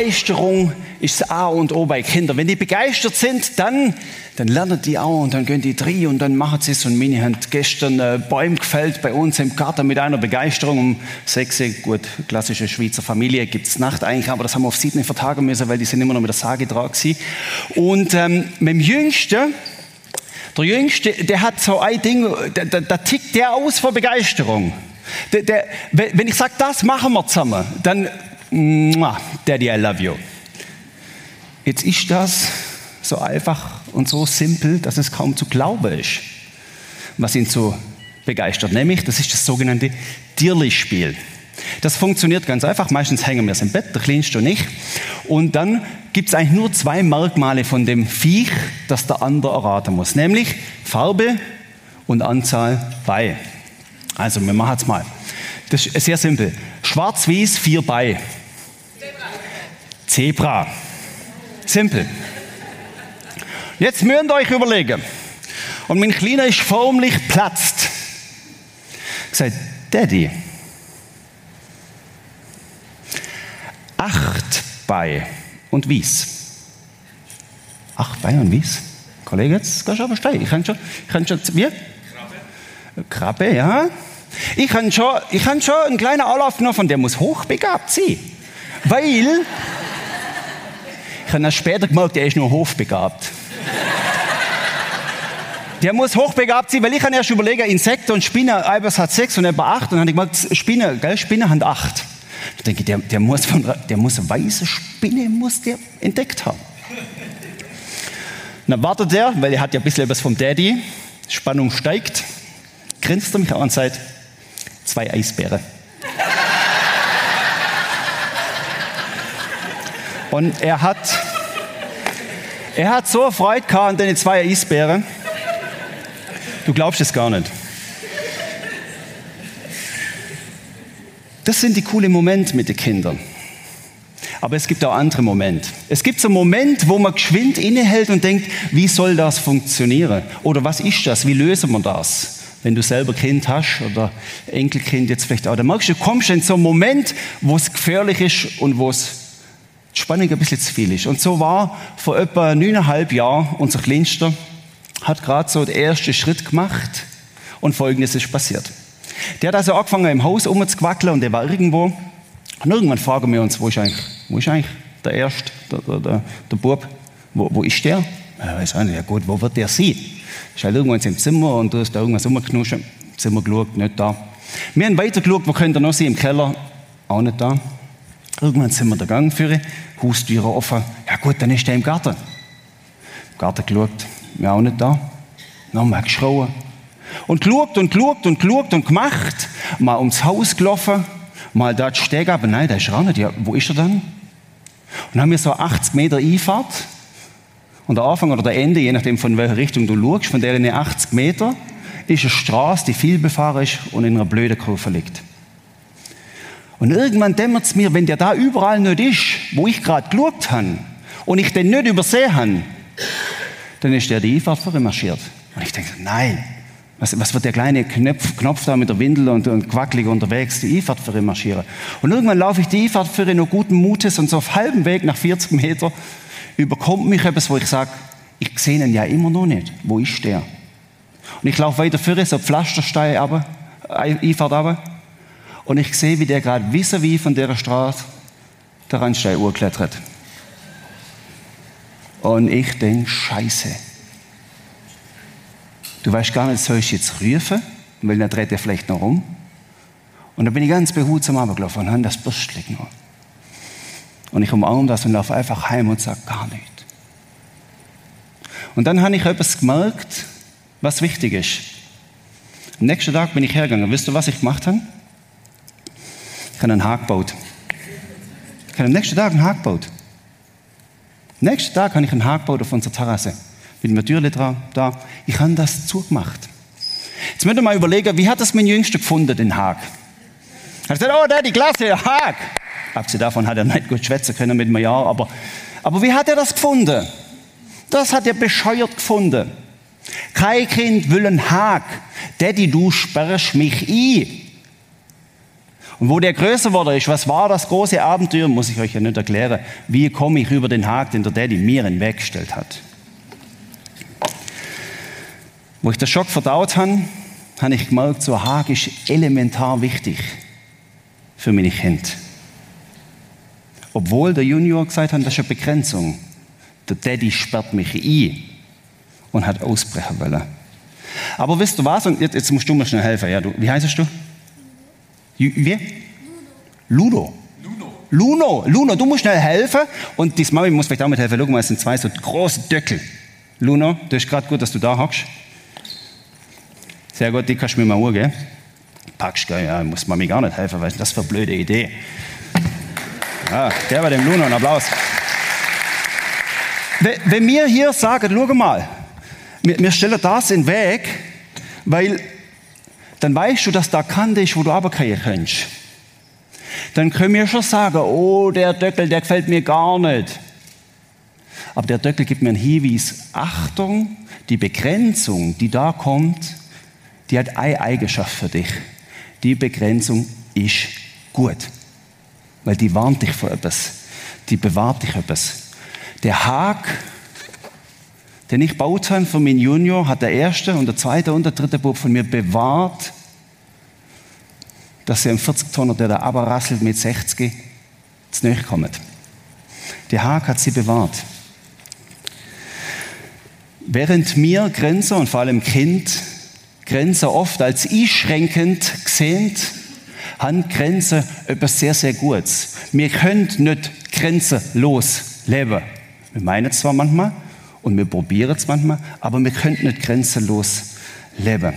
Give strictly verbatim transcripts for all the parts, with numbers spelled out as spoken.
Begeisterung ist das A und O bei Kindern. Wenn die begeistert sind, dann, dann lernen die auch und dann gehen die drei und dann machen sie so ein Mini. Haben gestern äh, Bäume gefällt bei uns im Garten mit einer Begeisterung um sechs. Gut, klassische Schweizer Familie, gibt es Nacht eigentlich, aber das haben wir auf sieben vertagen müssen, weil die sind immer noch mit der Sage dran gewesen. Und ähm, mit dem Jüngsten, der Jüngste, der hat so ein Ding, da, da, da tickt der aus vor Begeisterung. Der, der, wenn ich sage, das machen wir zusammen, dann, Daddy, I love you. Jetzt ist das so einfach und so simpel, dass es kaum zu glauben ist, was ihn so begeistert. Nämlich, das ist das sogenannte Dirli-Spiel. Das funktioniert ganz einfach. Meistens hängen wir es im Bett, der Kleinste und ich. Und dann gibt es eigentlich nur zwei Merkmale von dem Viech, das der andere erraten muss. Nämlich Farbe und Anzahl bei. Also, wir machen es mal. Das ist sehr simpel. Schwarz-Weiß, vier bei. Zebra. Simpel. Jetzt müsst ihr euch überlegen. Und mein Kleiner ist förmlich platzt. Ich sage, Daddy, acht bei und Wies. Acht bei und Wies? Kollege, jetzt kannst du aber steigen. Ich kann schon, ich kann schon, wie? Krabbe. Krabbe, ja. Ich kann schon, ich kann schon einen kleinen Anlauf genommen, von der muss hochbegabt sein. Weil, ich habe das später gemerkt, der ist nur hochbegabt. Der muss hochbegabt sein, weil ich kann erst überlegen, Insekten und Spinnen, Albers hat sechs und etwa acht. Und dann habe ich gemerkt, Spinnen, gell, Spinnen haben acht. Ich denke, der, der, muss von, der muss eine weiße Spinne muss der entdeckt haben. Dann wartet er, weil er hat ja ein bisschen etwas vom Daddy. Spannung steigt. Grinst er mich an und sagt, zwei Eisbären. Und er hat, er hat so Freude gehabt an den zwei Eisbären. Du glaubst es gar nicht. Das sind die coolen Momente mit den Kindern. Aber es gibt auch andere Momente. Es gibt so einen Moment, wo man geschwind innehält und denkt, wie soll das funktionieren? Oder was ist das? Wie lösen wir das? Wenn du selber Kind hast oder Enkelkind jetzt vielleicht auch. Dann merkst du, du kommst in so einen Moment, wo es gefährlich ist und wo es die Spannung ein bisschen zu viel ist. Und so war vor etwa neuneinhalb Jahren unser Kleinster, hat gerade so den ersten Schritt gemacht und Folgendes ist passiert. Der hat also angefangen, im Haus rumzuquackeln und der war irgendwo. Und irgendwann fragen wir uns, wo ist eigentlich, wo ist eigentlich der Erste, der, der, der, der Bub, wo, wo ist der? Ja, weiß auch nicht, ja gut, wo wird der sein? Ist halt irgendwo im Zimmer und du hast da irgendwas rumgeknuschen. Zimmer geschaut, nicht da. Wir haben weiter geschaut, wo könnte er noch sein? Im Keller, auch nicht da. Irgendwann sind wir den Gang führen, Haustüre offen. Ja gut, dann ist der im Garten. Im Garten geschaut, ja auch nicht da. Nochmal geschrauen. Und geschaut und geschaut und geschaut und gemacht. Mal ums Haus gelaufen, mal da die Stege, aber nein, der ist auch nicht. Ja, wo ist er dann? Und dann haben wir so achtzig Meter Einfahrt. Und der Anfang oder der Ende, je nachdem von welcher Richtung du schaust, von der in achtzig Meter, ist eine Straße, die viel befahren ist und in einer blöden Kurve liegt. Und irgendwann dämmert es mir, wenn der da überall nicht ist, wo ich gerade geschaut habe und ich den nicht übersehen habe, dann ist der die Einfahrt vormarschiert. Und ich denke, nein, was, was wird der kleine Knopf, Knopf da mit der Windel und, und quackelig unterwegs die Einfahrt vormarschieren? Und irgendwann laufe ich die Einfahrt für noch guten Mutes und so auf halbem Weg nach vierzig Meter überkommt mich etwas, wo ich sage, ich sehe ihn ja immer noch nicht. Wo ist der? Und ich laufe weiter vor, so Pflasterstein runter, Einfahrt runter. Und ich sehe, wie der gerade vis-à-vis von dieser Straße der Randstein urklettert. Und ich denke, Scheiße. Du weißt gar nicht, soll ich jetzt rufen? Weil dann dreht er vielleicht noch um. Und dann bin ich ganz behutsam runtergelaufen und habe das Bürstchen noch. Und ich umarme das und laufe einfach heim und sage gar nichts. Und dann habe ich etwas gemerkt, was wichtig ist. Am nächsten Tag bin ich hergegangen. Wisst ihr, was ich gemacht habe? Ich habe einen Haken gebaut. Ich habe am nächsten Tag einen Haken gebaut. Am nächsten Tag habe ich einen Haken gebaut auf unserer Terrasse. Mit einer Tür da. Ich habe das zugemacht. Jetzt müsst ihr mal überlegen, wie hat das mein Jüngster gefunden, den Haken? Er hat gesagt, oh, Daddy, klasse, Haken. Abgesehen davon hat er nicht gut schwätzen können mit einem Jahr. Aber, aber wie hat er das gefunden? Das hat er bescheuert gefunden. Kein Kind will einen Haken. Daddy, du sperrst mich ein. Und wo der größer wurde ist, was war das große Abenteuer, muss ich euch ja nicht erklären. Wie komme ich über den Haag, den der Daddy mir in den Weg gestellt hat. Wo ich den Schock verdaut habe, habe ich gemerkt, so ein Haag ist elementar wichtig für meine Kinder. Obwohl der Junior gesagt hat, das ist eine Begrenzung. Der Daddy sperrt mich ein und hat ausbrechen wollen. Aber wisst du was? Und jetzt, jetzt musst du mir schnell helfen. Ja, du, wie heißt du? Ju, wie? Ludo. Luno. Luno. Luno, du musst schnell helfen. Und die Mami muss vielleicht auch mithelfen. Schau mal, es sind zwei so große Döckel. Luno, das ist gerade gut, dass du da hockst. Sehr gut, die kannst du mir mal Uhr geben. Packst, gell? Ja, muss Mami gar nicht helfen, weil das für eine blöde Idee. Ja, der bei dem Luno, einen Applaus. Wenn wir hier sagen, schau mal, wir stellen das in den Weg, weil dann weißt du, dass da Kante ist, wo du runterfallen kannst. Dann können wir schon sagen, oh, der Döckel, der gefällt mir gar nicht. Aber der Döckel gibt mir einen Hinweis, Achtung, die Begrenzung, die da kommt, die hat eine Eigenschaft für dich. Die Begrenzung ist gut. Weil die warnt dich vor etwas. Die bewahrt dich etwas. Der Haag, den ich gebaut habe für meinen Junior, hat der erste und der zweite und der dritte Bub von mir bewahrt, dass sie am vierzig-Tonner, der da runterrasselt mit sechzig, zu nahe kommt. Der Haag hat sie bewahrt. Während mir Grenzer und vor allem Kind Grenzer oft als einschränkend gesehen, haben Grenzen etwas sehr, sehr Gutes. Wir können nicht grenzenlos leben. Wir meinen es zwar manchmal und wir probieren es manchmal, aber wir können nicht grenzenlos leben.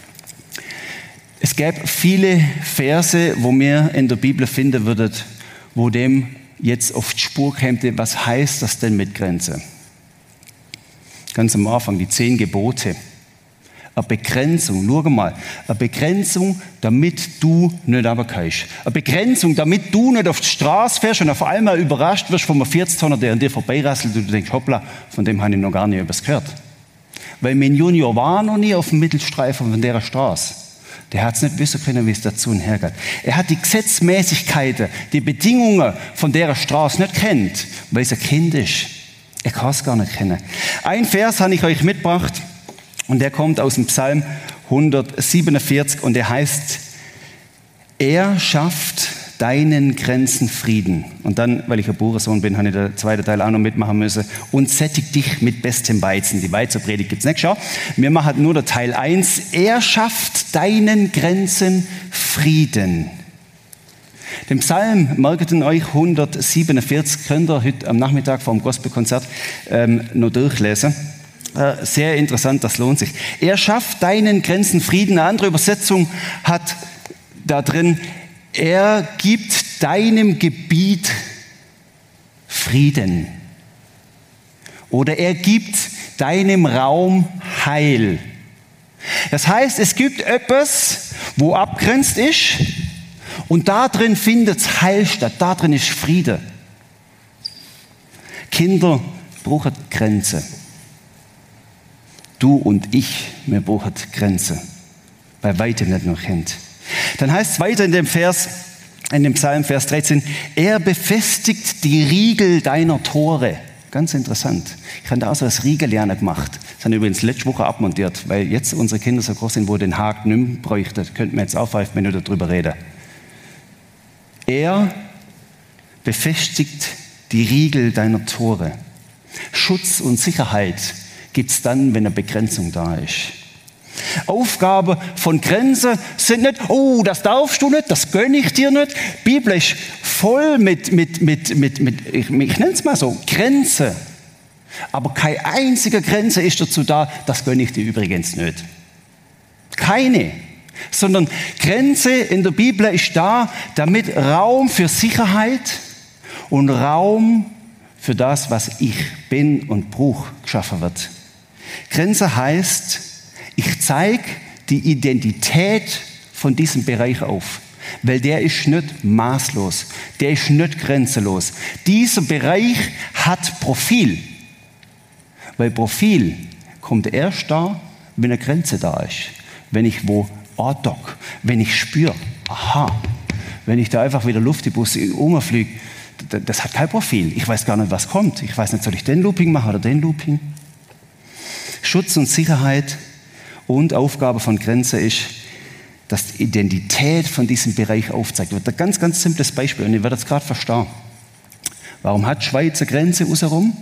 Es gäbe viele Verse, wo wir in der Bibel finden würden, wo dem jetzt auf die Spur käme, was heißt das denn mit Grenze? Ganz am Anfang, die zehn Gebote. Eine Begrenzung, schau mal, eine Begrenzung, damit du nicht runterkommst. Eine Begrenzung, damit du nicht auf die Straße fährst und auf einmal überrascht wirst von einem vierzig-Tonner, der an dir vorbeirasselt und du denkst, hoppla, von dem habe ich noch gar nicht etwas gehört. Weil mein Junior war noch nie auf dem Mittelstreifen von dieser Straße. Der hat es nicht wissen können, wie es dazu hergeht. Er hat die Gesetzmäßigkeiten, die Bedingungen von dieser Straße nicht kennt, weil es ein Kind ist. Er kann es gar nicht kennen. Ein Vers habe ich euch mitgebracht. Und der kommt aus dem Psalm hundertsiebenundvierzig und der heißt, er schafft deinen Grenzen Frieden. Und dann, weil ich ein Bauernsohn bin, habe ich den zweiten Teil auch noch mitmachen müssen. Und sättigt dich mit bestem Weizen. Die Weizenpredigt gibt es nicht. Schau, wir machen nur der Teil eins. Er schafft deinen Grenzen Frieden. Den Psalm, merkt ihr euch, hundertsiebenundvierzig, könnt ihr heute am Nachmittag vor dem Gospelkonzert ähm, noch durchlesen. Sehr interessant, das lohnt sich. Er schafft deinen Grenzen Frieden. Eine andere Übersetzung hat da drin, er gibt deinem Gebiet Frieden. Oder er gibt deinem Raum Heil. Das heißt, es gibt etwas, wo abgrenzt ist und da drin findet Heil statt, da drin ist Friede. Kinder brauchen Grenzen. Du und ich, wir brauchen Grenzen. Bei weitem nicht nur Kind. Dann heißt es weiter in dem Vers, in dem Psalm, Vers dreizehn, er befestigt die Riegel deiner Tore. Ganz interessant. Ich habe da auch so das Riegellernen gemacht. Das haben wir übrigens letzte Woche abmontiert, weil jetzt unsere Kinder so groß sind, wo den Haken nicht mehr bräuchte. Könnten wir jetzt auch fünf Minuten darüber reden. Er befestigt die Riegel deiner Tore. Schutz und Sicherheit gibt es dann, wenn eine Begrenzung da ist. Aufgabe von Grenzen sind nicht, oh, das darfst du nicht, das gönne ich dir nicht. Die Bibel ist voll mit, mit, mit, mit, mit ich, ich nenne es mal so, Grenzen. Aber keine einzige Grenze ist dazu da, das gönne ich dir übrigens nicht. Keine. Sondern Grenze in der Bibel ist da, damit Raum für Sicherheit und Raum für das, was ich bin und brauche, geschaffen wird. Grenze heißt, ich zeige die Identität von diesem Bereich auf, weil der ist nicht maßlos, der ist nicht grenzenlos. Dieser Bereich hat Profil, weil Profil kommt erst da, wenn eine Grenze da ist, wenn ich wo andock, wenn ich spüre, aha, wenn ich da einfach wieder Luftibus umfliege, das hat kein Profil. Ich weiß gar nicht, was kommt. Ich weiß nicht, soll ich den Looping machen oder den Looping? Schutz und Sicherheit und Aufgabe von Grenze ist, dass die Identität von diesem Bereich aufzeigt wird. Ein ganz, ganz simples Beispiel, und ihr werdet es gerade verstehen. Warum hat die Schweiz eine Grenze außenrum?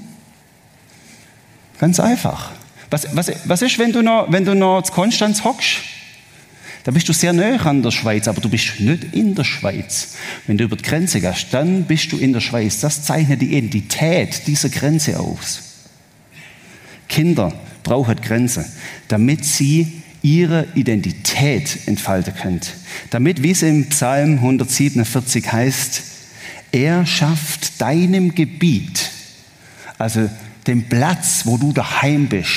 Ganz einfach. Was, was, was ist, wenn du noch, wenn du noch zu Konstanz hockst? Da bist du sehr nahe an der Schweiz, aber du bist nicht in der Schweiz. Wenn du über die Grenze gehst, dann bist du in der Schweiz. Das zeichnet die Identität dieser Grenze aus. Kinder brauchen Grenzen, damit sie ihre Identität entfalten können. Damit, wie es im Psalm hundertsiebenundvierzig heißt, er schafft deinem Gebiet, also dem Platz, wo du daheim bist,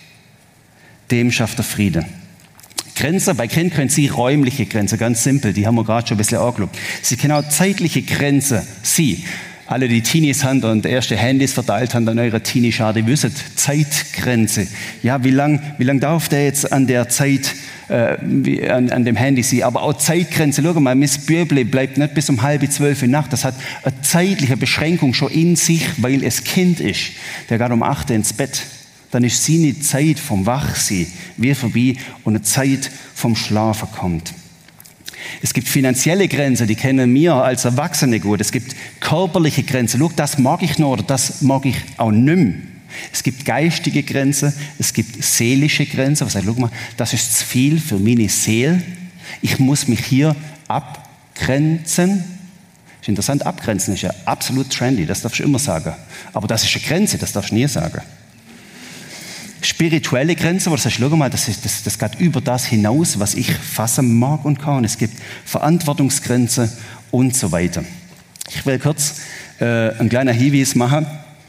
dem schafft er Frieden. Grenzen, bei Kindern können sie räumliche Grenzen, ganz simpel, die haben wir gerade schon ein bisschen angeschaut. Sie können auch zeitliche Grenzen, sie, alle die Teenies haben und erste Handys verteilt haben an eure Teenie-Schar, wissen, Zeitgrenze. Ja, wie lang, wie lang darf der jetzt an der Zeit, äh, wie, an, an dem Handy sein? Aber auch Zeitgrenze, schau mal, Miss Böble bleibt nicht bis um halb zwölf in Nacht. Das hat eine zeitliche Beschränkung schon in sich, weil es Kind ist. Der geht um acht ins Bett. Dann ist seine Zeit vom Wachsein wie vorbei und eine Zeit vom Schlafen kommt. Es gibt finanzielle Grenzen, die kennen wir als Erwachsene gut. Es gibt körperliche Grenzen. Schau, das mag ich noch oder das mag ich auch nicht mehr. Es gibt geistige Grenzen, es gibt seelische Grenzen. Was sagt, schau mal, das ist zu viel für meine Seele. Ich muss mich hier abgrenzen. Ist interessant, abgrenzen ist ja absolut trendy, das darfst du immer sagen. Aber das ist eine Grenze, das darfst du nie sagen. Spirituelle Grenzen, wo du sagst, schau mal, das, ist, das, das geht über das hinaus, was ich fassen mag und kann. Es gibt Verantwortungsgrenzen und so weiter. Ich will kurz äh, einen kleinen Hinweis machen.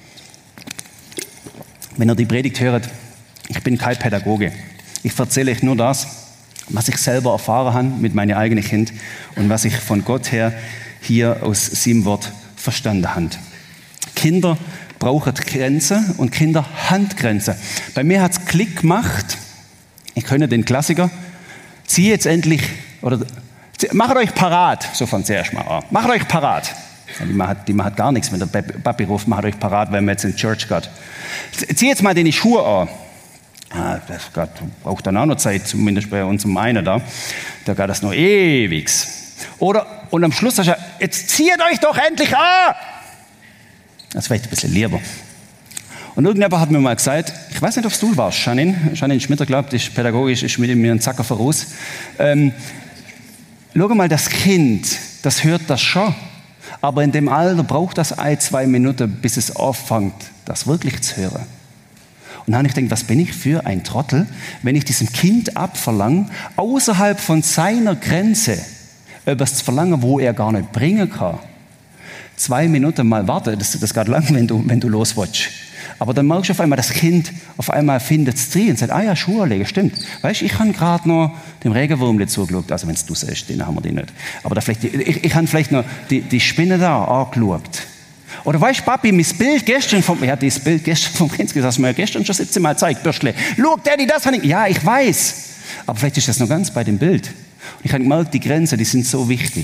Wenn ihr die Predigt hört, ich bin kein Pädagoge. Ich erzähle euch nur das, was ich selber erfahren habe mit meinen eigenen Kindern und was ich von Gott her hier aus seinem Wort verstanden habe. Kinder brauchen Grenzen und Kinder Handgrenzen. Bei mir hat es Klick gemacht. Ich kenne den Klassiker. Zieh jetzt endlich, oder macht euch parat. So fand es erst mal an. Macht euch parat. Die macht, die macht gar nichts, wenn der Papi ruft, macht euch parat, wenn man jetzt in die Church geht. Zieh jetzt mal deine Schuhe an. Ah, das geht, braucht dann auch noch Zeit, zumindest bei uns um einen da. Da geht das noch ewig. Oder, und am Schluss sagst du, jetzt zieht euch doch endlich an! Das ist vielleicht ein bisschen lieber. Und irgendjemand hat mir mal gesagt, ich weiß nicht, ob es du warst, Janine, Janine Schmitter, glaubt, ist pädagogisch, ist mit mir ein Zacker voraus. Ähm, schau mal, das Kind, das hört das schon, aber in dem Alter braucht das ein, zwei Minuten, bis es anfängt, das wirklich zu hören. Und dann habe ich gedacht, was bin ich für ein Trottel, wenn ich diesem Kind abverlange, außerhalb von seiner Grenze etwas zu verlangen, wo er gar nicht bringen kann. Zwei Minuten mal warten, das, das geht lang, wenn du, wenn du loswatschst. Aber dann merkst du auf einmal, das Kind auf einmal findet es drin und sagt, ah ja, Schuhe legen, stimmt. Weißt du, ich habe gerade noch dem Regenwurm zugeschaut, also wenn es du sagst, den haben wir die nicht. Aber da vielleicht, ich, ich habe vielleicht noch die, die Spinne da angeschaut. Oder weißt du, Papi, mein Bild gestern vom, ja, das Bild gestern vom Prinz, das hast du mir ja gestern schon siebzehn Mal gezeigt, Bürschle. Schau, Daddy, das habe ich, ja, ich weiß. Aber vielleicht ist das noch ganz bei dem Bild. Und ich habe gemerkt, die Grenzen, die sind so wichtig.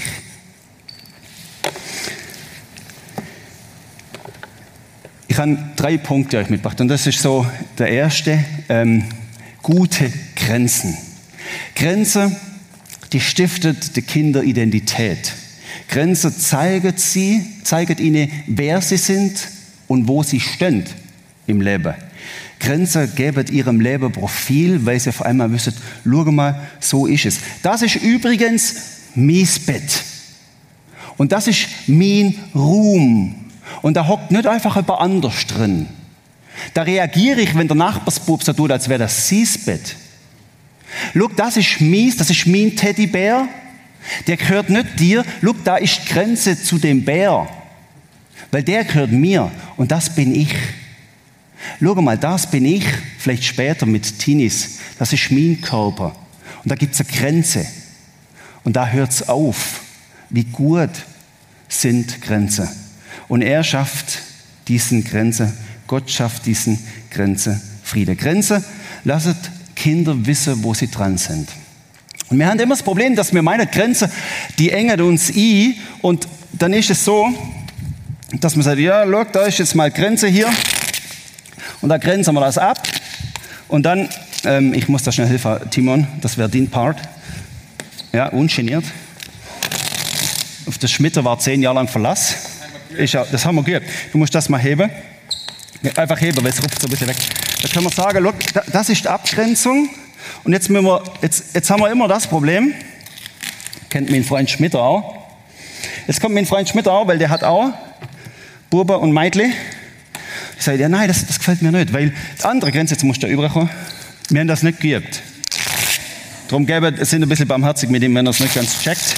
Ich habe drei Punkte euch mitgebracht und das ist so der erste, ähm, gute Grenzen. Grenzen, die stiftet die Kinder Identität. Grenzen zeigen sie, zeigen ihnen, wer sie sind und wo sie stehen im Leben. Grenzen geben ihrem Leben Profil, weil sie auf einmal wissen, schau mal, so ist es. Das ist übrigens mein Bett. Und das ist mein Ruhm. Und da hockt nicht einfach jemand anders drin. Da reagiere ich, wenn der Nachbarsbub so tut, als wäre das sein Bett. Schau, das ist mies, das ist mein Teddybär. Der gehört nicht dir. Schau, da ist die Grenze zu dem Bär. Weil der gehört mir und das bin ich. Schau mal, das bin ich, vielleicht später mit Teenies. Das ist mein Körper. Und da gibt es eine Grenze. Und da hört es auf. Wie gut sind Grenzen. Und er schafft diesen Grenzen, Gott schafft diesen Grenzen Friede. Grenzen, lasst Kinder wissen, wo sie dran sind. Und wir haben immer das Problem, dass wir meinen, Grenzen, die engen uns ein. Und dann ist es so, dass man sagt, ja, schau, da ist jetzt mal Grenze hier. Und da grenzen wir das ab. Und dann, ähm, ich muss da schnell helfen, Timon, das wäre dein Part. Ja, ungeniert. Auf das Schmitter war zehn Jahre lang Verlass. Ist ja, das haben wir geübt. Du musst das mal heben. Einfach heben, weil es ruft so ein bisschen weg. Da können wir sagen, look, das ist die Abgrenzung. Und jetzt, müssen wir, jetzt, jetzt haben wir immer das Problem, kennt mein Freund Schmitter auch. Jetzt kommt mein Freund Schmitter auch, weil der hat auch Buben und Mädchen. Ich sage, ja nein, das, das gefällt mir nicht, weil die andere Grenze, jetzt musst du da überkommen, wir haben das nicht geübt. Darum gäbe es sind ein bisschen barmherzig mit ihm, wenn er es nicht ganz checkt.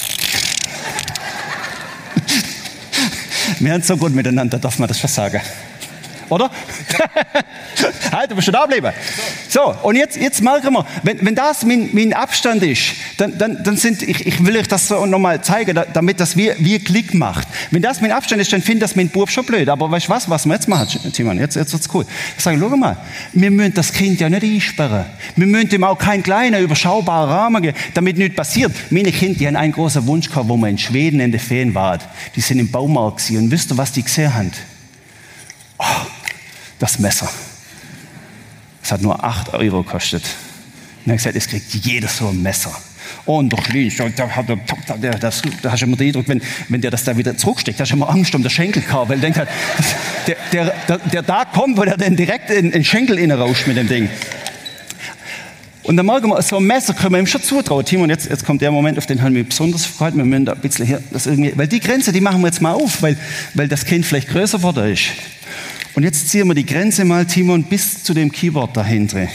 Wir haben es so gut miteinander, darf man das schon sagen. Oder? Halt, du musst schon da bleiben. So, und jetzt, jetzt merken wir, wenn, wenn das mein, mein Abstand ist, dann, dann, dann sind, ich, ich will euch das so nochmal zeigen, damit das wie, wie Klick macht. Wenn das mein Abstand ist, dann finde ich das mein Bub schon blöd. Aber weißt du was, was wir jetzt machen, Timon? Jetzt, jetzt wird's cool. Ich sage, schau mal, wir müssen das Kind ja nicht einsperren. Wir müssen ihm auch keinen kleinen, überschaubaren Rahmen geben, damit nichts passiert. Meine Kinder, die haben einen großen Wunsch gehabt, wo wir in Schweden in der Ferien waren. Die sind im Baumarkt gewesen. Und wisst ihr, was die gesehen haben? Oh, das Messer. Das hat nur acht Euro gekostet. Und er hat gesagt, es kriegt jeder so ein Messer. Oh, und doch links, da, da, da, das, da hast du immer den Eindruck, wenn, wenn der das da wieder zurücksteckt, da hast du immer Angst um den Schenkelkar, weil er denkt halt, der, der, der, der da kommt, wo der dann direkt in den Schenkel innen rauscht mit dem Ding. Und dann merken wir, so ein Messer können wir ihm schon zutrauen. Tim, und jetzt, jetzt kommt der Moment, auf den haben wir besonders verhalten. Wir müssen da ein bisschen hier, das irgendwie, weil die Grenze, die machen wir jetzt mal auf, weil, weil das Kind vielleicht größer geworden ist. Und jetzt ziehen wir die Grenze mal, Timon, bis zu dem Keyboard dahinter.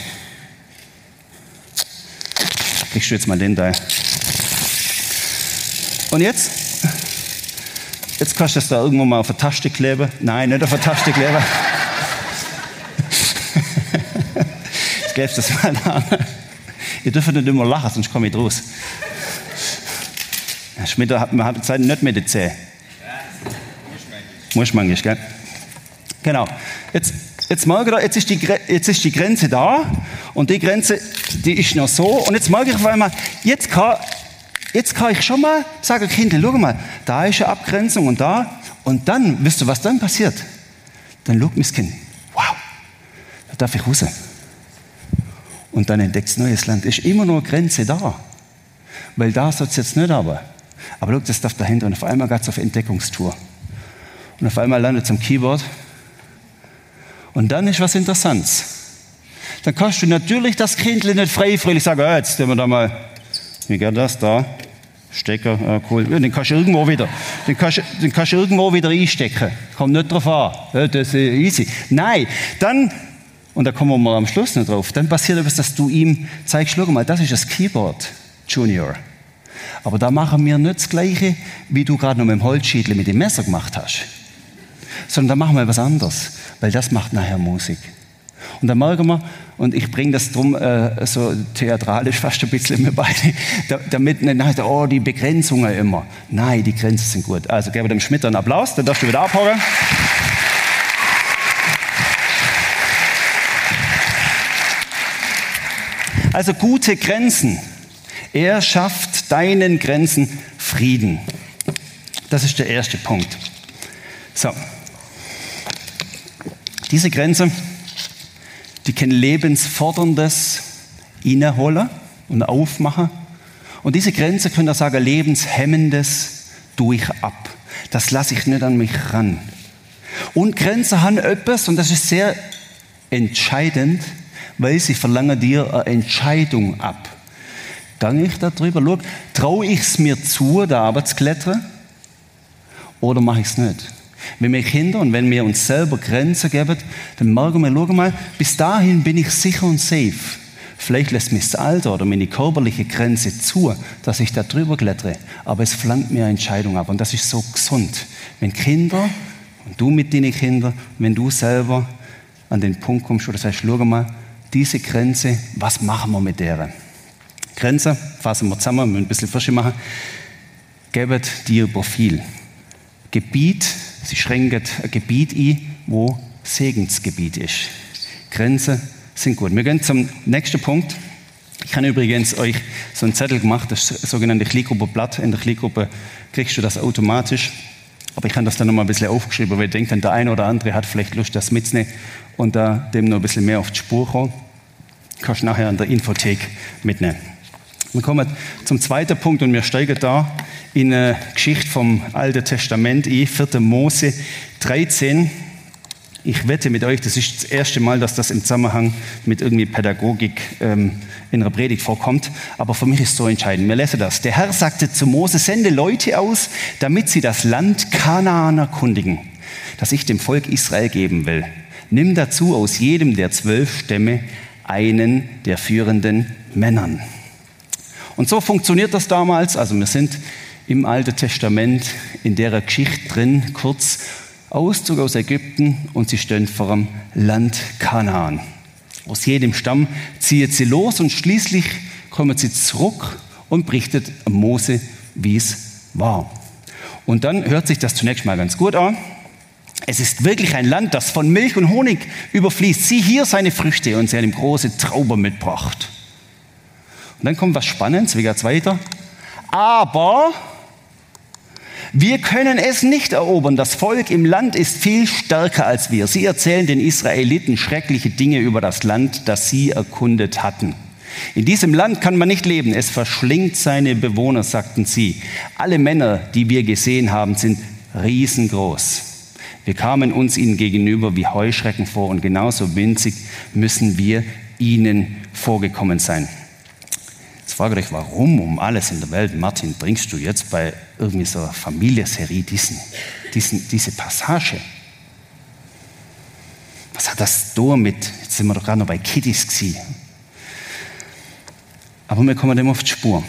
Kriegst du jetzt mal den da. Und jetzt, jetzt kannst du das da irgendwo mal auf der Taste kleben. Nein, nicht auf der Taste kleben. Jetzt gäbst du das mal an. Ihr dürft nicht immer lachen, sonst komme ich raus. Herr Schmitter hat man hat Zeit nicht mit den Zähnen. Muss man nicht, gell? Genau. Jetzt, jetzt merke ich, jetzt ist, die, jetzt ist die Grenze da und die Grenze, die ist noch so. Und jetzt merke ich auf einmal, jetzt kann, jetzt kann ich schon mal sagen, Kinder, schau mal, da ist eine Abgrenzung und da. Und dann, wisst ihr, was dann passiert? Dann schaut mein Kind, wow, da darf ich raus. Und dann entdeckst du neues Land. Ist immer noch eine Grenze da. Weil da soll es jetzt nicht aber. Aber schau, das darf dahinter. Und auf einmal geht es auf Entdeckungstour. Und auf einmal landet es am Keyboard. Und dann ist was Interessantes. Dann kannst du natürlich das Kind nicht frei fröhlich sagen, oh, jetzt tun wir da mal, wie geht das da? Stecker, ah, cool. Ja, den kannst du irgendwo wieder, den kannst, den kannst du irgendwo wieder einstecken. Kommt nicht drauf an. Ja, das ist easy. Nein, dann, und da kommen wir mal am Schluss nicht drauf, dann passiert etwas, dass du ihm zeigst, schau mal, das ist das Keyboard, Junior. Aber da machen wir nicht das Gleiche, wie du gerade noch mit dem Holzschädel mit dem Messer gemacht hast. Sondern da machen wir etwas anderes, weil das macht nachher Musik. Und dann merken wir, und ich bringe das drum äh, so theatralisch fast ein bisschen mit beide, damit nicht nachher, oh, die Begrenzungen immer. Nein, die Grenzen sind gut. Also gebe dem Schmidt einen Applaus, dann darfst du wieder abhauen. Also gute Grenzen. Er schafft deinen Grenzen Frieden. Das ist der erste Punkt. So. Diese Grenze, die kann Lebensforderndes inneholen und aufmachen. Und diese Grenze können wir sagen, Lebenshemmendes tue ich ab. Das lasse ich nicht an mich ran. Und Grenzen haben etwas, und das ist sehr entscheidend, weil sie verlangen dir eine Entscheidung ab. Gange ich da drüber? Schau, traue ich es mir zu, da runter zu klettern? Oder mache ich es nicht? Wenn wir Kinder und wenn wir uns selber Grenzen geben, dann merken wir, schau mal, bis dahin bin ich sicher und safe. Vielleicht lässt mich das Alter oder meine körperliche Grenze zu, dass ich da drüber klettere. Aber es verlangt mir eine Entscheidung ab. Und das ist so gesund. Wenn Kinder, und du mit deinen Kindern, wenn du selber an den Punkt kommst, wo du sagst, schau mal, diese Grenze, was machen wir mit der? Grenze, fassen wir zusammen, wir müssen ein bisschen Fische machen. Gebt dir Profil. Gebiet, sie schränken ein Gebiet ein, wo Segensgebiet ist. Grenzen sind gut. Wir gehen zum nächsten Punkt. Ich habe übrigens euch so einen Zettel gemacht, das ist das sogenannte Kleingruppe-Blatt. In der Kleingruppe kriegst du das automatisch. Aber ich habe das dann noch mal ein bisschen aufgeschrieben, weil ich denke, der eine oder andere hat vielleicht Lust, das mitzunehmen und da dem noch ein bisschen mehr auf die Spur kommen. Kannst du nachher in der Infothek mitnehmen. Wir kommen zum zweiten Punkt und wir steigen da in eine Geschichte vom Alten Testament, vierter Mose dreizehn. Ich wette mit euch, das ist das erste Mal, dass das im Zusammenhang mit irgendwie Pädagogik ähm, in einer Predigt vorkommt. Aber für mich ist es so entscheidend. Wir lesen das. Der Herr sagte zu Mose, sende Leute aus, damit sie das Land Kanaan erkundigen, das ich dem Volk Israel geben will. Nimm dazu aus jedem der zwölf Stämme einen der führenden Männern. Und so funktioniert das damals. Also wir sind im Alten Testament in der Geschichte drin, kurz Auszug aus Ägypten und sie stehen vor dem Land Kanaan. Aus jedem Stamm ziehen sie los und schließlich kommen sie zurück und berichtet Mose, wie es war. Und dann hört sich das zunächst mal ganz gut an. Es ist wirklich ein Land, das von Milch und Honig überfließt. Sieh hier seine Früchte und sie hat ihm große Trauben mitgebracht. Und dann kommt was Spannendes, wie geht's weiter? Aber wir können es nicht erobern. Das Volk im Land ist viel stärker als wir. Sie erzählen den Israeliten schreckliche Dinge über das Land, das sie erkundet hatten. In diesem Land kann man nicht leben. Es verschlingt seine Bewohner, sagten sie. Alle Männer, die wir gesehen haben, sind riesengroß. Wir kamen uns ihnen gegenüber wie Heuschrecken vor und genauso winzig müssen wir ihnen vorgekommen sein. Jetzt frage ich euch, warum um alles in der Welt, Martin, bringst du jetzt bei irgendwie so einer Familienserie diesen, diesen, diese Passage? Was hat das da mit, jetzt sind wir doch gerade noch bei Kiddies gewesen. Aber wir kommen dem auf die Spur.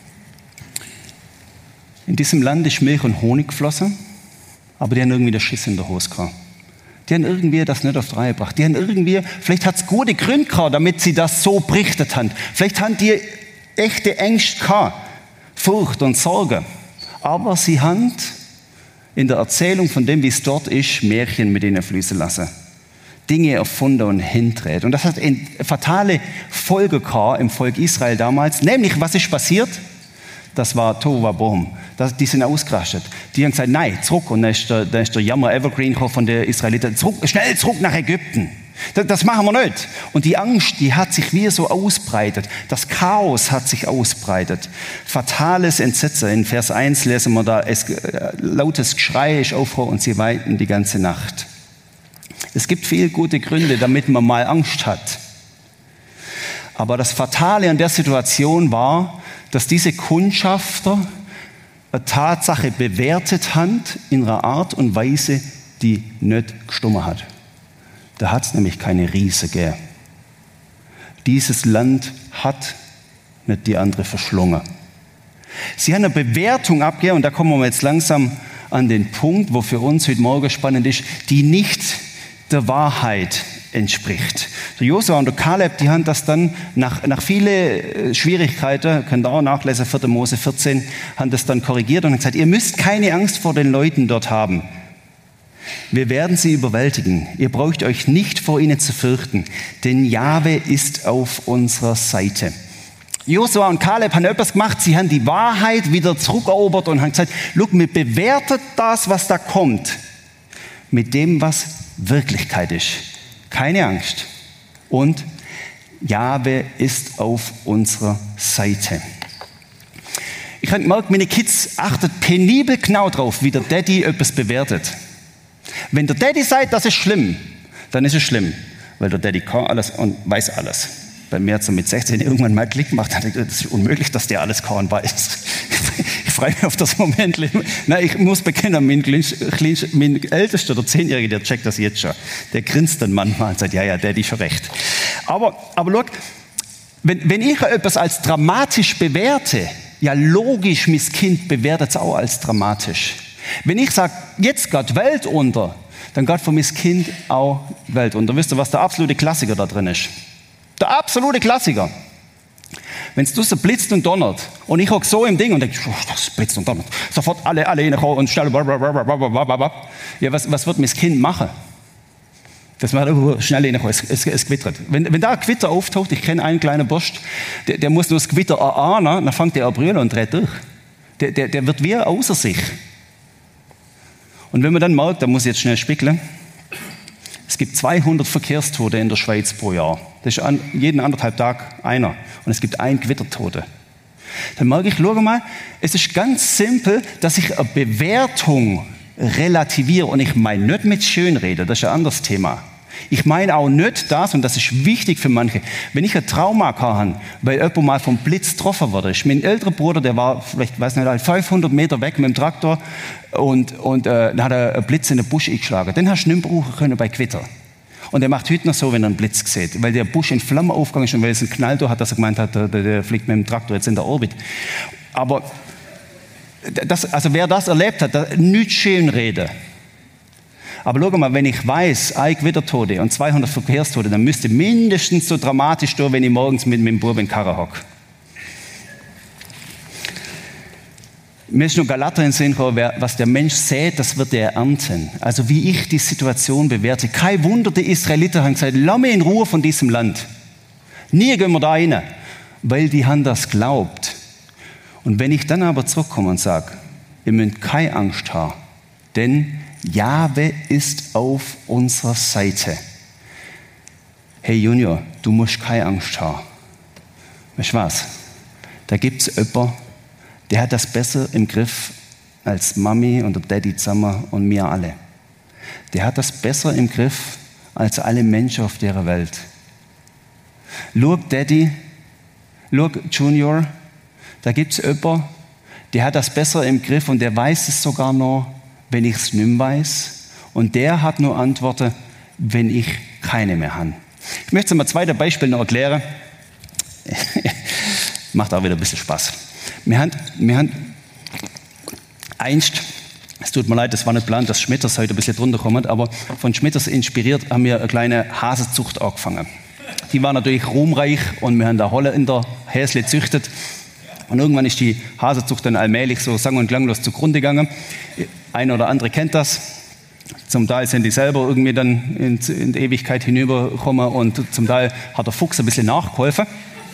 In diesem Land ist Milch und Honig geflossen, aber die haben irgendwie den Schiss in der Hose gehabt. Die haben irgendwie das nicht auf die Reihe gebracht. Die haben irgendwie, vielleicht hat es gute Gründe gehabt, damit sie das so berichtet haben. Vielleicht haben die echte Ängste gehabt, Furcht und Sorge. Aber sie haben in der Erzählung von dem, wie es dort ist, Märchen mit ihnen fließen lassen. Dinge erfunden und hindreht. Und das hat eine fatale Folge gehabt im Volk Israel damals. Nämlich, was ist passiert? Das war Tohu Wabohu. Die sind ausgerastet. Die haben gesagt, nein, zurück. Und dann ist der, dann ist der Jammer Evergreen von der Israeliten. Zurück, schnell zurück nach Ägypten. Das, das machen wir nicht. Und die Angst, die hat sich wie so ausbreitet. Das Chaos hat sich ausbreitet. Fatales Entsetzen. In Vers eins lesen wir da, es, äh, lautes Geschrei ist Aufruhr und sie weinten die ganze Nacht. Es gibt viele gute Gründe, damit man mal Angst hat. Aber das Fatale an der Situation war, dass diese Kundschafter eine Tatsache bewertet haben in einer Art und Weise, die nicht gestimmt hat. Da hat es nämlich keine Riese gegeben. Dieses Land hat nicht die andere verschlungen. Sie haben eine Bewertung abgegeben, und da kommen wir jetzt langsam an den Punkt, wo für uns heute Morgen spannend ist, die nicht der Wahrheit entspricht. Der Josua und der Kaleb, die haben das dann nach, nach vielen Schwierigkeiten, könnt ihr auch nachlesen, vierter Mose vierzehn, haben das dann korrigiert und haben gesagt, ihr müsst keine Angst vor den Leuten dort haben. Wir werden sie überwältigen. Ihr braucht euch nicht vor ihnen zu fürchten, denn Jahwe ist auf unserer Seite. Josua und Kaleb haben etwas gemacht, sie haben die Wahrheit wieder zurückerobert und haben gesagt, look, wir bewertet das, was da kommt, mit dem, was Wirklichkeit ist. Keine Angst. Und Jahwe ist auf unserer Seite. Ich habe gemerkt, meine Kids achten penibel genau drauf, wie der Daddy etwas bewertet. Wenn der Daddy sagt, das ist schlimm, dann ist es schlimm, weil der Daddy kann alles und weiß alles. Bei mir hat es so mit sechzehn irgendwann mal Klick gemacht, dann dachte ich, das ist unmöglich, dass der alles kann und weiß. Ich freue mich auf das Moment. Na, ich muss bekennen, mein, mein Ältester, der Zehnjährige, der checkt das jetzt schon. Der grinst dann manchmal und sagt, ja, ja, Daddy schon recht. Aber, aber schau, wenn, wenn ich etwas als dramatisch bewerte, ja logisch, mein Kind bewertet es auch als dramatisch. Wenn ich sage, jetzt geht Welt unter, dann geht für mein Kind auch Welt unter. Wisst ihr, was der absolute Klassiker da drin ist? Der absolute Klassiker. Wenn es draussen blitzt und donnert und ich hocke so im Ding und denke, oh, das blitzt und donnert, sofort alle, alle reinkommen und schnell, ja, was, was wird mein Kind machen? Das macht auch schnell rein, es, es, es gewittert. Wenn, wenn da ein Gewitter auftaucht, ich kenne einen kleinen Bursch, der, der muss nur das Gewitter erahnen, dann fängt der an brüllen und dreht durch. Der, der, der wird wie außer sich. Und wenn man dann merkt, da muss ich jetzt schnell spickeln, es gibt zweihundert Verkehrstote in der Schweiz pro Jahr. Das ist an, jeden anderthalb Tag einer. Und es gibt einen Gewittertote. Dann merke ich, schau mal, es ist ganz simpel, dass ich eine Bewertung relativiere. Und ich meine nicht mit Schönreden, das ist ein anderes Thema. Ich meine auch nicht das, und das ist wichtig für manche, wenn ich ein Trauma habe, weil jemand mal vom Blitz getroffen wurde. Mein älterer Bruder, der war vielleicht, weiß nicht, fünfhundert Meter weg mit dem Traktor und, und äh, dann hat er einen Blitz in den Busch eingeschlagen. Den hast du nicht mehr brauchen können bei Gewitter. Und er macht heute noch so, wenn er einen Blitz sieht, weil der Busch in Flammen aufgegangen ist und weil es einen Knall da hat, dass er gemeint hat, der, der fliegt mit dem Traktor jetzt in der Orbit. Aber das, also wer das erlebt hat, das, nicht schön reden. Aber schau mal, wenn ich weiß, ein Gewittertote und zweihundert Verkehrstote, dann müsste mindestens so dramatisch da, wenn ich morgens mit meinem Bub in den Karren hocke. Mir ist nur Galater in den Sinn gekommen, was der Mensch sät, das wird er ernten. Also wie ich die Situation bewerte. Kein Wunder, die Israeliten haben gesagt, lass mich in Ruhe von diesem Land. Nie gehen wir da rein, weil die haben das geglaubt. Und wenn ich dann aber zurückkomme und sage, ihr müsst keine Angst haben, denn Jahwe ist auf unserer Seite. Hey Junior, du musst keine Angst haben. Weißt du was? Da gibt es jemanden, der hat das besser im Griff als Mami und der Daddy zusammen und wir alle. Der hat das besser im Griff als alle Menschen auf der Welt. Schau, Daddy, schau, Junior, da gibt es jemanden, der hat das besser im Griff und der weiß es sogar noch, wenn ich es nicht mehr weiß. Und der hat nur Antworten, wenn ich keine mehr habe. Ich möchte es mal zwei Beispiele noch erklären. Macht auch wieder ein bisschen Spaß. Wir haben, wir haben einst, es tut mir leid, das war nicht geplant, dass Schmitters heute ein bisschen drunter kommt, aber von Schmitters inspiriert haben wir eine kleine Hasenzucht angefangen. Die war natürlich ruhmreich und wir haben da Holle in der Häsle gezüchtet. Und irgendwann ist die Hasenzucht dann allmählich so sang- und klanglos zugrunde gegangen. Ein oder andere kennt das. Zum Teil sind die selber irgendwie dann in, in die Ewigkeit hinübergekommen und zum Teil hat der Fuchs ein bisschen nachgeholfen.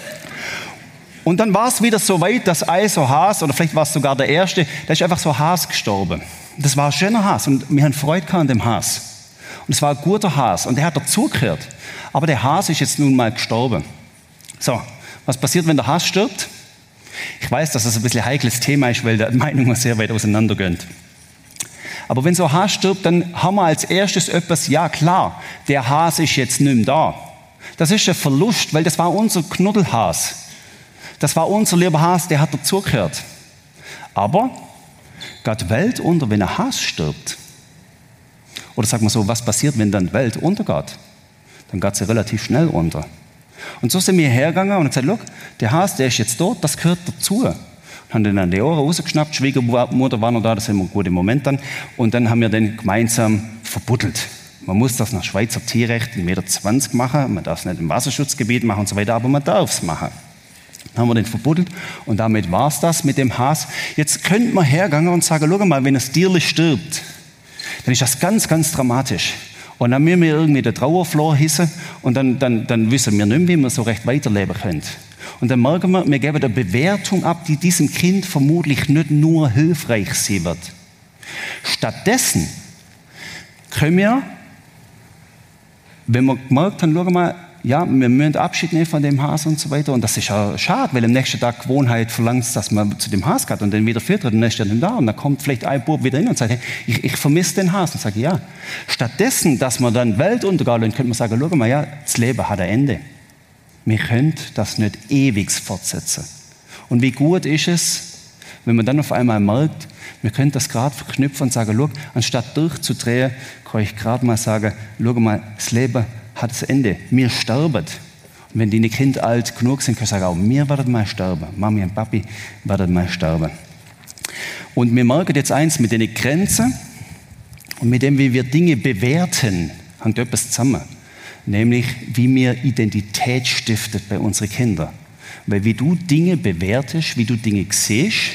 Und dann war es wieder so weit, dass ein so Has, oder vielleicht war es sogar der erste, da ist einfach so ein Has gestorben. Das war ein schöner Has und wir haben Freude an dem Has. Und es war ein guter Has und der hat dazugehört. Aber der Has ist jetzt nun mal gestorben. So, was passiert, wenn der Has stirbt? Ich weiß, dass das ein bisschen ein heikles Thema ist, weil die Meinungen sehr weit auseinandergehen. Aber wenn so ein Has stirbt, dann haben wir als erstes etwas, ja klar, der Has ist jetzt nicht mehr da. Das ist ein Verlust, weil das war unser Knuddelhas. Das war unser lieber Has, der hat dazugehört. Aber geht die Welt unter, wenn ein Has stirbt? Oder sagen wir so, was passiert, wenn dann die Welt untergeht? Dann geht sie relativ schnell unter. Und so sind wir hergegangen und haben gesagt, look, der Has, der ist jetzt tot, das gehört dazu. Und haben den an die Ohren rausgeschnappt, Schwiegermutter war noch da, das ist immer ein guter Moment dann. Und dann haben wir den gemeinsam verbuddelt. Man muss das nach Schweizer Tierrecht in eins Meter zwanzig machen, man darf es nicht im Wasserschutzgebiet machen und so weiter, aber man darf es machen. Dann haben wir den verbuddelt und damit war es das mit dem Has. Jetzt könnte man hergehen und sagen, schau mal, wenn ein Tierli stirbt, dann ist das ganz, ganz dramatisch. Und dann müssen wir irgendwie den Trauerflor hissen und dann, dann, dann wissen wir nicht mehr, wie wir so recht weiterleben können. Und dann merken wir, wir geben eine Bewertung ab, die diesem Kind vermutlich nicht nur hilfreich sein wird. Stattdessen können wir, wenn wir gemerkt haben, schau mal, ja, wir müssen Abschied nehmen von dem Has und so weiter. Und das ist ja schade, weil am nächsten Tag Gewohnheit verlangt, dass man zu dem Has geht und dann wieder füttert und dann ist er dann da. Und dann kommt vielleicht ein Bub wieder hin und sagt, hey, ich, ich vermisse den Has. Und sage ja. Stattdessen, dass man dann Welt untergehen, könnte man sagen, schau mal, ja, das Leben hat ein Ende. Wir können das nicht ewig fortsetzen. Und wie gut ist es, wenn man dann auf einmal merkt, wir können das gerade verknüpfen und sagen, schau, anstatt durchzudrehen, kann ich gerade mal sagen, schau mal, das Leben hat das Ende. Wir sterben. Und wenn die Kinder alt genug sind, können sie sagen, auch wir werden mal sterben. Mami und Papi werden mal sterben. Und wir merken jetzt eins, mit den Grenzen und mit dem, wie wir Dinge bewerten, hängt etwas zusammen. Nämlich, wie wir Identität stiftet bei unseren Kindern. Weil wie du Dinge bewertest, wie du Dinge siehst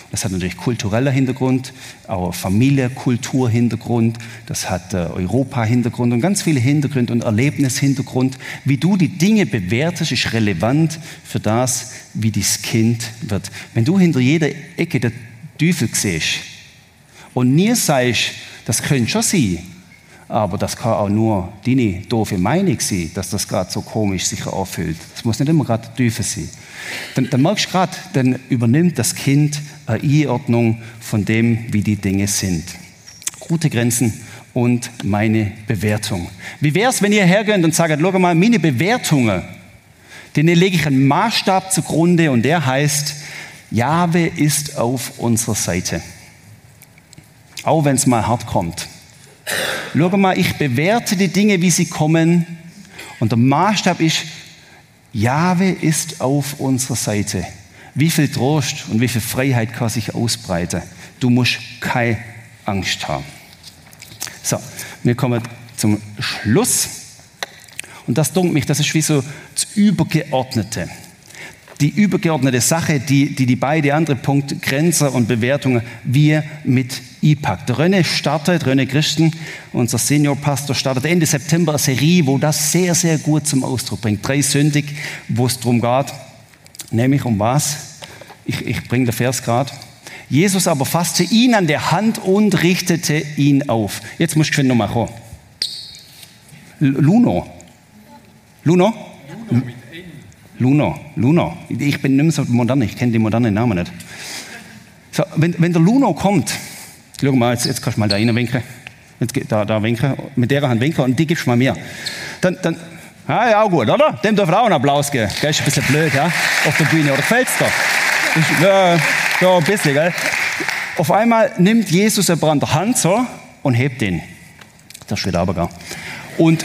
Das hat natürlich kultureller Hintergrund, auch Familienkulturhintergrund, das hat äh, Europa-Hintergrund und ganz viele Hintergründe und Erlebnishintergrund. Wie du die Dinge bewertest, ist relevant für das, wie dein Kind wird. Wenn du hinter jeder Ecke den Teufel siehst und nie sagst, das könnte schon sein, aber das kann auch nur deine doofe Meinung sein, dass das gerade so komisch sich anfühlt. Das muss nicht immer gerade der Teufel sein. Dann, dann merkst du gerade, dann übernimmt das Kind eine Einordnung von dem, wie die Dinge sind. Gute Grenzen und meine Bewertung. Wie wäre es, wenn ihr hergeht und sagt, schau mal, meine Bewertungen, denen lege ich einen Maßstab zugrunde und der heißt, Jahwe ist auf unserer Seite. Auch wenn es mal hart kommt. Schau mal, ich bewerte die Dinge, wie sie kommen und der Maßstab ist, Jahwe ist auf unserer Seite. Wie viel Trost und wie viel Freiheit kann sich ausbreiten. Du musst keine Angst haben. So, wir kommen zum Schluss. Und das dunkelt mich, das ist wie so das Übergeordnete. Die übergeordnete Sache, die die, die beide anderen Punkte, Grenzen und Bewertungen, wir mit einpackt. René startet, René Christen, unser Seniorpastor, startet Ende September eine Serie, wo das sehr, sehr gut zum Ausdruck bringt. Drei Sündig, wo es darum geht, nämlich um was? Ich, ich bringe den Vers gerade. Jesus aber fasste ihn an der Hand und richtete ihn auf. Jetzt musst du nochmal kommen. Luno. Luno? Luno. Luno, Luno. Ich bin nicht mehr so modern, ich kenne die modernen Namen nicht. So, wenn, wenn der Luno kommt, schau mal, jetzt, jetzt kannst du mal da rein winken, jetzt, da, da winken, mit der Hand winken und die gibst du mal mir. Dann, dann, ah, ja, gut, oder? Dem darf auch einen Applaus geben. Das ist ein bisschen blöd, ja? Auf der Bühne, oder gefällt's dir? Ich, ja, so ein bisschen, gell? Auf einmal nimmt Jesus eine brannte Hand so und hebt ihn. Das steht aber gar. Und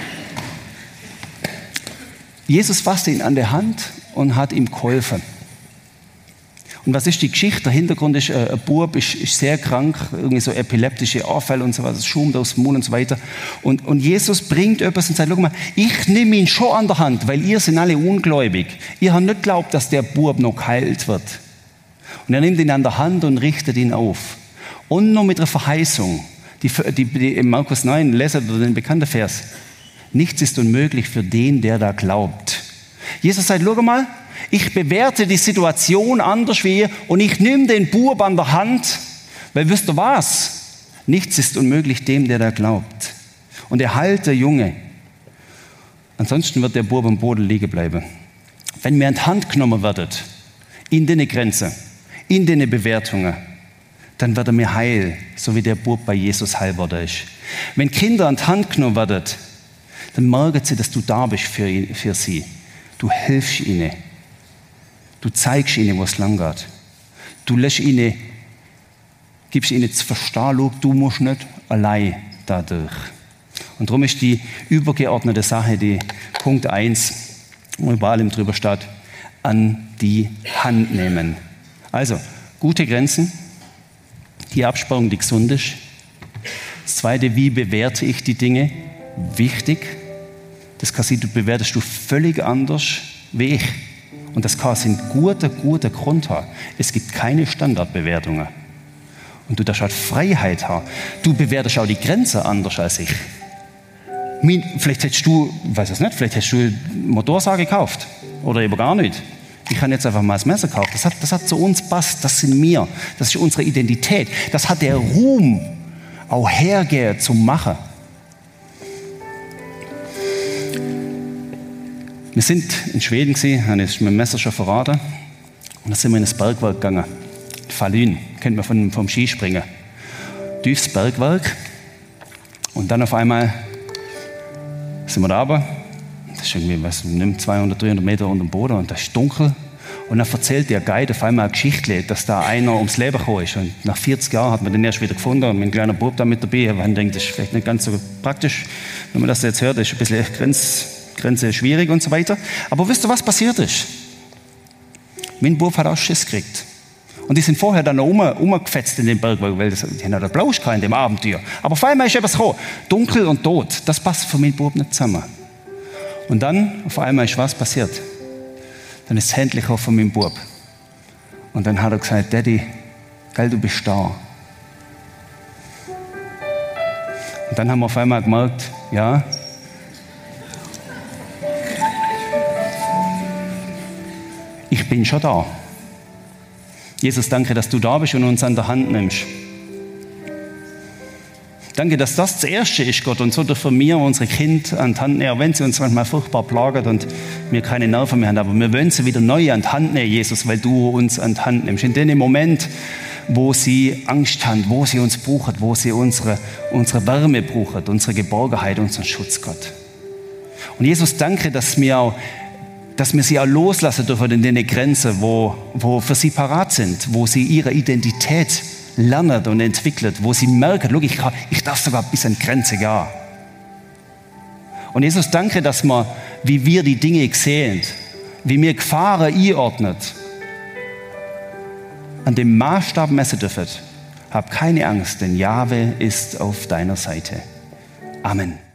Jesus fasste ihn an der Hand und hat ihm geholfen. Und was ist die Geschichte? Der Hintergrund ist, äh, ein Bub ist, ist sehr krank, irgendwie so epileptische Anfälle und so was, es schumt aus dem Mund und so weiter. Und, und Jesus bringt etwas und sagt, schau mal, ich nehme ihn schon an der Hand, weil ihr seid alle ungläubig. Ihr habt nicht geglaubt, dass der Bub noch geheilt wird. Und er nimmt ihn an der Hand und richtet ihn auf. Und noch mit einer Verheißung. Die, die, die, in Markus neun, leset den bekannten Vers. Nichts ist unmöglich für den, der da glaubt. Jesus sagt, schau mal, ich bewerte die Situation anders wie ihr und ich nehme den Bub an der Hand, weil wisst ihr was? Nichts ist unmöglich dem, der da glaubt. Und er heilt der Junge. Ansonsten wird der Bub am Boden liegen bleiben. Wenn mir an die Hand genommen werdet, in deine Grenze, in deine Bewertungen, dann wird er mir heil, so wie der Bub bei Jesus heil worden ist. Wenn Kinder an die Hand genommen werden, dann merken sie, dass du da bist für, ihn, für sie. Du hilfst ihnen. Du zeigst ihnen, wo es lang geht. Du lässt ihnen, gibst ihnen zu verstehen, du musst nicht allein dadurch. Und darum ist die übergeordnete Sache, die Punkt eins, wo über allem drüber steht, an die Hand nehmen. Also, gute Grenzen, die Absperrung, die gesund ist. Das Zweite, wie bewerte ich die Dinge? Wichtig. Das kann sein, du bewertest du völlig anders wie ich. Und das kann einen guten, guten Grund haben. Es gibt keine Standardbewertungen. Und du darfst halt Freiheit haben. Du bewertest auch die Grenze anders als ich. Vielleicht hättest du, weiß es nicht, vielleicht hättest du Motorsäge gekauft. Oder eben gar nicht. Ich kann jetzt einfach mal das Messer kaufen. Das hat, das hat zu uns passt. Das sind wir. Das ist unsere Identität. Das hat der Ruhm auch hergehen zum Machen. Wir sind in Schweden gewesen, habe ich mit dem Messer schon verraten. Und da sind wir in das Bergwerk gegangen. Falun, kennt man vom, vom Skispringen. Tiefes Bergwerk. Und dann auf einmal sind wir da runter. Das ist irgendwie, was, zweihundert, dreihundert Meter unter dem Boden und das ist dunkel. Und dann erzählt der Guide auf einmal eine Geschichte, dass da einer ums Leben gekommen ist. Und nach vierzig Jahren hat man den erst wieder gefunden und mein kleiner Bub da mit dabei. Man denkt, das ist vielleicht nicht ganz so praktisch. Wenn man das jetzt hört, ist ein bisschen Grenz, Grenze schwierig und so weiter. Aber wisst ihr, was passiert ist? Mein Bub hat auch Schiss gekriegt. Und die sind vorher dann noch um, umgefetzt in den Berg, weil das, die haben einen Applaus in dem Abenteuer. Aber auf einmal ist etwas gekommen. Dunkel und tot. Das passt für meinen Bub nicht zusammen. Und dann, auf einmal ist was passiert. Dann ist es endlich auch von meinem Bub. Und dann hat er gesagt, Daddy, Gell, du bist da. Und dann haben wir auf einmal gemerkt, ja, ich bin schon da. Jesus, danke, dass du da bist und uns an der Hand nimmst. Danke, dass das das Erste ist, Gott, und so dürfen wir unsere Kinder an die Hand nehmen, auch wenn sie uns manchmal furchtbar plagen und wir keine Nerven mehr haben, aber wir wollen sie wieder neu an die Hand nehmen, Jesus, weil du uns an die Hand nimmst. In dem Moment, wo sie Angst haben, wo sie uns brauchen, wo sie unsere, unsere Wärme brauchen, unsere Geborgenheit, unseren Schutz, Gott. Und Jesus, danke, dass wir, auch, dass wir sie auch loslassen dürfen in den Grenzen, wo, wo für sie parat sind, wo sie ihre Identität lernen und entwickeln, wo sie merken, schau, ich, kann, ich darf sogar bis an die Grenze gehen. Und Jesus, danke, dass wir, wie wir die Dinge sehen, wie wir Gefahren einordnen, an dem Maßstab messen dürfen. Hab keine Angst, denn Jahwe ist auf deiner Seite. Amen.